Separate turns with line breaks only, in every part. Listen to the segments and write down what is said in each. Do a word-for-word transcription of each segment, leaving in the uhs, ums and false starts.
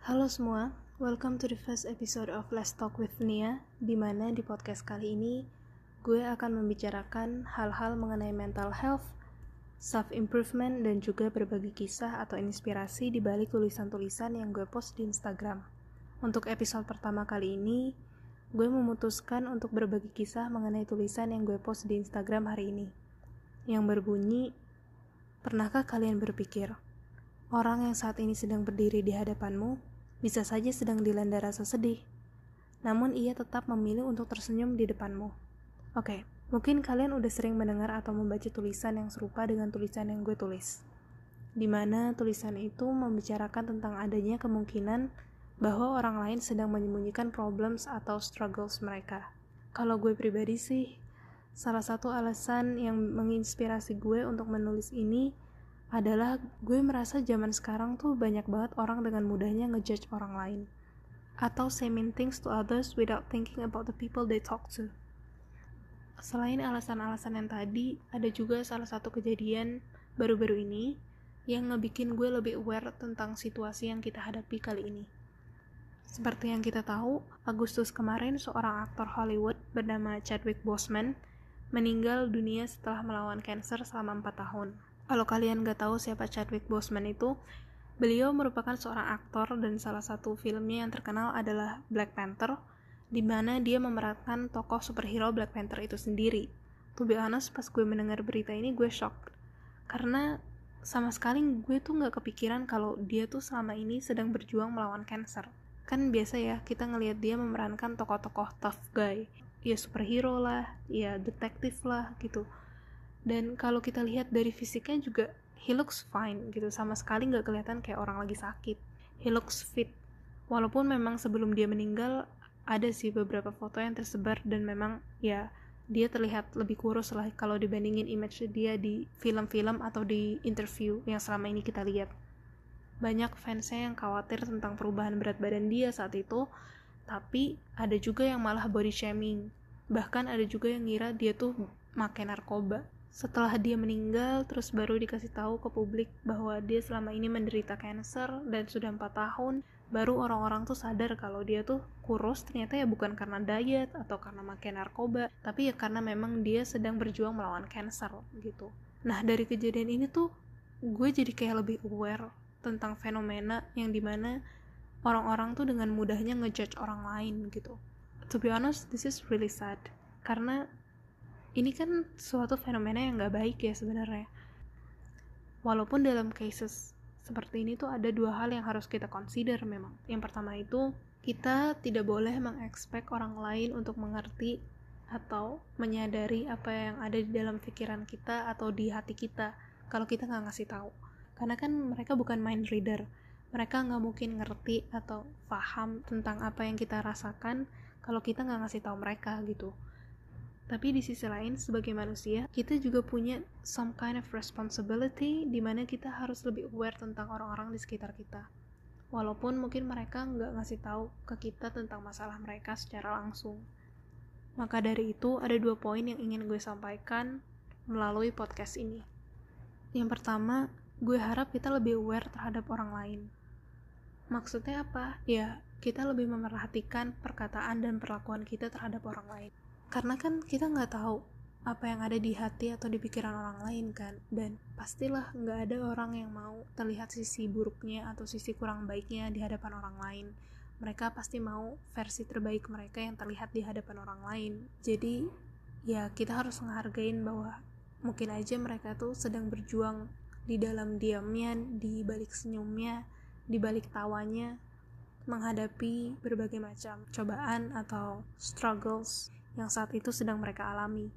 Halo semua, welcome to the first episode of Let's Talk with Nia, di mana di podcast kali ini gue akan membicarakan hal-hal mengenai mental health, self-improvement, dan juga berbagi kisah atau inspirasi di balik tulisan-tulisan yang gue post di Instagram. Untuk episode pertama kali ini, gue memutuskan untuk berbagi kisah mengenai tulisan yang gue post di Instagram hari ini, yang berbunyi, pernahkah kalian berpikir, orang yang saat ini sedang berdiri di hadapanmu bisa saja sedang dilanda rasa sedih, namun ia tetap memilih untuk tersenyum di depanmu. Oke, mungkin kalian udah sering mendengar atau membaca tulisan yang serupa dengan tulisan yang gue tulis, di mana tulisan itu membicarakan tentang adanya kemungkinan bahwa orang lain sedang menyembunyikan problems atau struggles mereka. Kalau gue pribadi sih, salah satu alasan yang menginspirasi gue untuk menulis ini adalah gue merasa zaman sekarang tuh banyak banget orang dengan mudahnya ngejudge orang lain atau say mean things to others without thinking about the people they talk to. Selain alasan-alasan yang tadi, ada juga salah satu kejadian baru-baru ini yang ngebikin gue lebih aware tentang situasi yang kita hadapi kali ini. Seperti yang kita tahu, Agustus kemarin seorang aktor Hollywood bernama Chadwick Boseman meninggal dunia setelah melawan kanker selama empat tahun. Kalau kalian gak tahu siapa Chadwick Boseman itu, beliau merupakan seorang aktor dan salah satu filmnya yang terkenal adalah Black Panther, di mana dia memerankan tokoh superhero Black Panther itu sendiri. To be honest, pas gue mendengar berita ini gue shocked, karena sama sekali gue tuh gak kepikiran kalau dia tuh selama ini sedang berjuang melawan kanker. Kan biasa ya, kita ngelihat dia memerankan tokoh-tokoh tough guy, ya superhero lah, ya detektif lah gitu. Dan kalau kita lihat dari fisiknya juga, he looks fine gitu, sama sekali gak kelihatan kayak orang lagi sakit. He looks fit. Walaupun memang sebelum dia meninggal, ada sih beberapa foto yang tersebar dan memang ya dia terlihat lebih kurus lah kalau dibandingin image dia di film-film atau di interview yang selama ini kita lihat. Banyak fansnya yang khawatir tentang perubahan berat badan dia saat itu, tapi ada juga yang malah body shaming. Bahkan ada juga yang ngira dia tuh make narkoba. Setelah dia meninggal, terus baru dikasih tahu ke publik bahwa dia selama ini menderita kanker dan sudah empat tahun, baru orang-orang tuh sadar kalau dia tuh kurus ternyata ya bukan karena diet atau karena makan narkoba, tapi ya karena memang dia sedang berjuang melawan kanker gitu. Nah, dari kejadian ini tuh gue jadi kayak lebih aware tentang fenomena yang dimana orang-orang tuh dengan mudahnya ngejudge orang lain gitu. To be honest, this is really sad, karena ini kan suatu fenomena yang gak baik ya sebenarnya. Walaupun dalam cases seperti ini tuh ada dua hal yang harus kita consider memang. Yang pertama itu, kita tidak boleh mengekspek orang lain untuk mengerti atau menyadari apa yang ada di dalam pikiran kita atau di hati kita kalau kita gak ngasih tahu. Karena kan mereka bukan mind reader. Mereka gak mungkin ngerti atau paham tentang apa yang kita rasakan kalau kita gak ngasih tahu mereka gitu. Tapi di sisi lain, sebagai manusia, kita juga punya some kind of responsibility di mana kita harus lebih aware tentang orang-orang di sekitar kita. Walaupun mungkin mereka nggak ngasih tahu ke kita tentang masalah mereka secara langsung. Maka dari itu, ada dua poin yang ingin gue sampaikan melalui podcast ini. Yang pertama, gue harap kita lebih aware terhadap orang lain. Maksudnya apa? Ya, kita lebih memerhatikan perkataan dan perlakuan kita terhadap orang lain. Karena kan kita nggak tahu apa yang ada di hati atau di pikiran orang lain kan, dan pastilah nggak ada orang yang mau terlihat sisi buruknya atau sisi kurang baiknya di hadapan orang lain. Mereka pasti mau versi terbaik mereka yang terlihat di hadapan orang lain. Jadi ya kita harus menghargain bahwa mungkin aja mereka tuh sedang berjuang di dalam diamnya, di balik senyumnya, di balik tawanya, menghadapi berbagai macam cobaan atau struggles yang saat itu sedang mereka alami.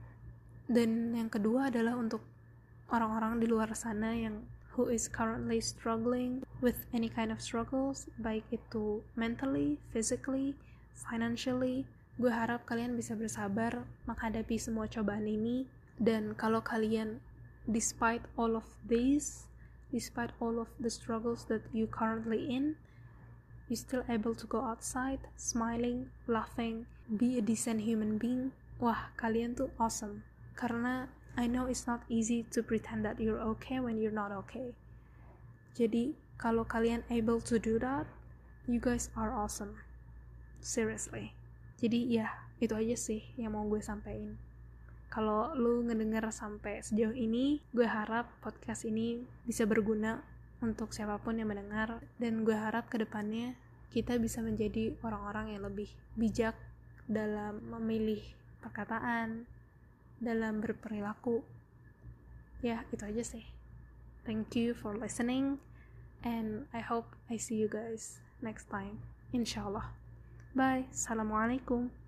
Dan yang kedua adalah untuk orang-orang di luar sana yang who is currently struggling with any kind of struggles, baik itu mentally, physically, financially. Gue harap kalian bisa bersabar menghadapi semua cobaan ini, dan kalau kalian despite all of these, despite all of the struggles that you currently in, you still able to go outside, smiling, laughing, be a decent human being. Wah, kalian tuh awesome. Karena I know it's not easy to pretend that you're okay when you're not okay. Jadi, kalau kalian able to do that, You guys are awesome. Seriously. Jadi ya, itu aja sih yang mau gue sampein. Kalau lu ngedenger sampai sejauh ini, gue harap podcast ini bisa berguna untuk siapapun yang mendengar, dan gue harap kedepannya kita bisa menjadi orang-orang yang lebih bijak dalam memilih perkataan, dalam berperilaku. Ya, itu aja sih. Thank you for listening, and I hope I see you guys next time, inshallah. Bye. Assalamualaikum.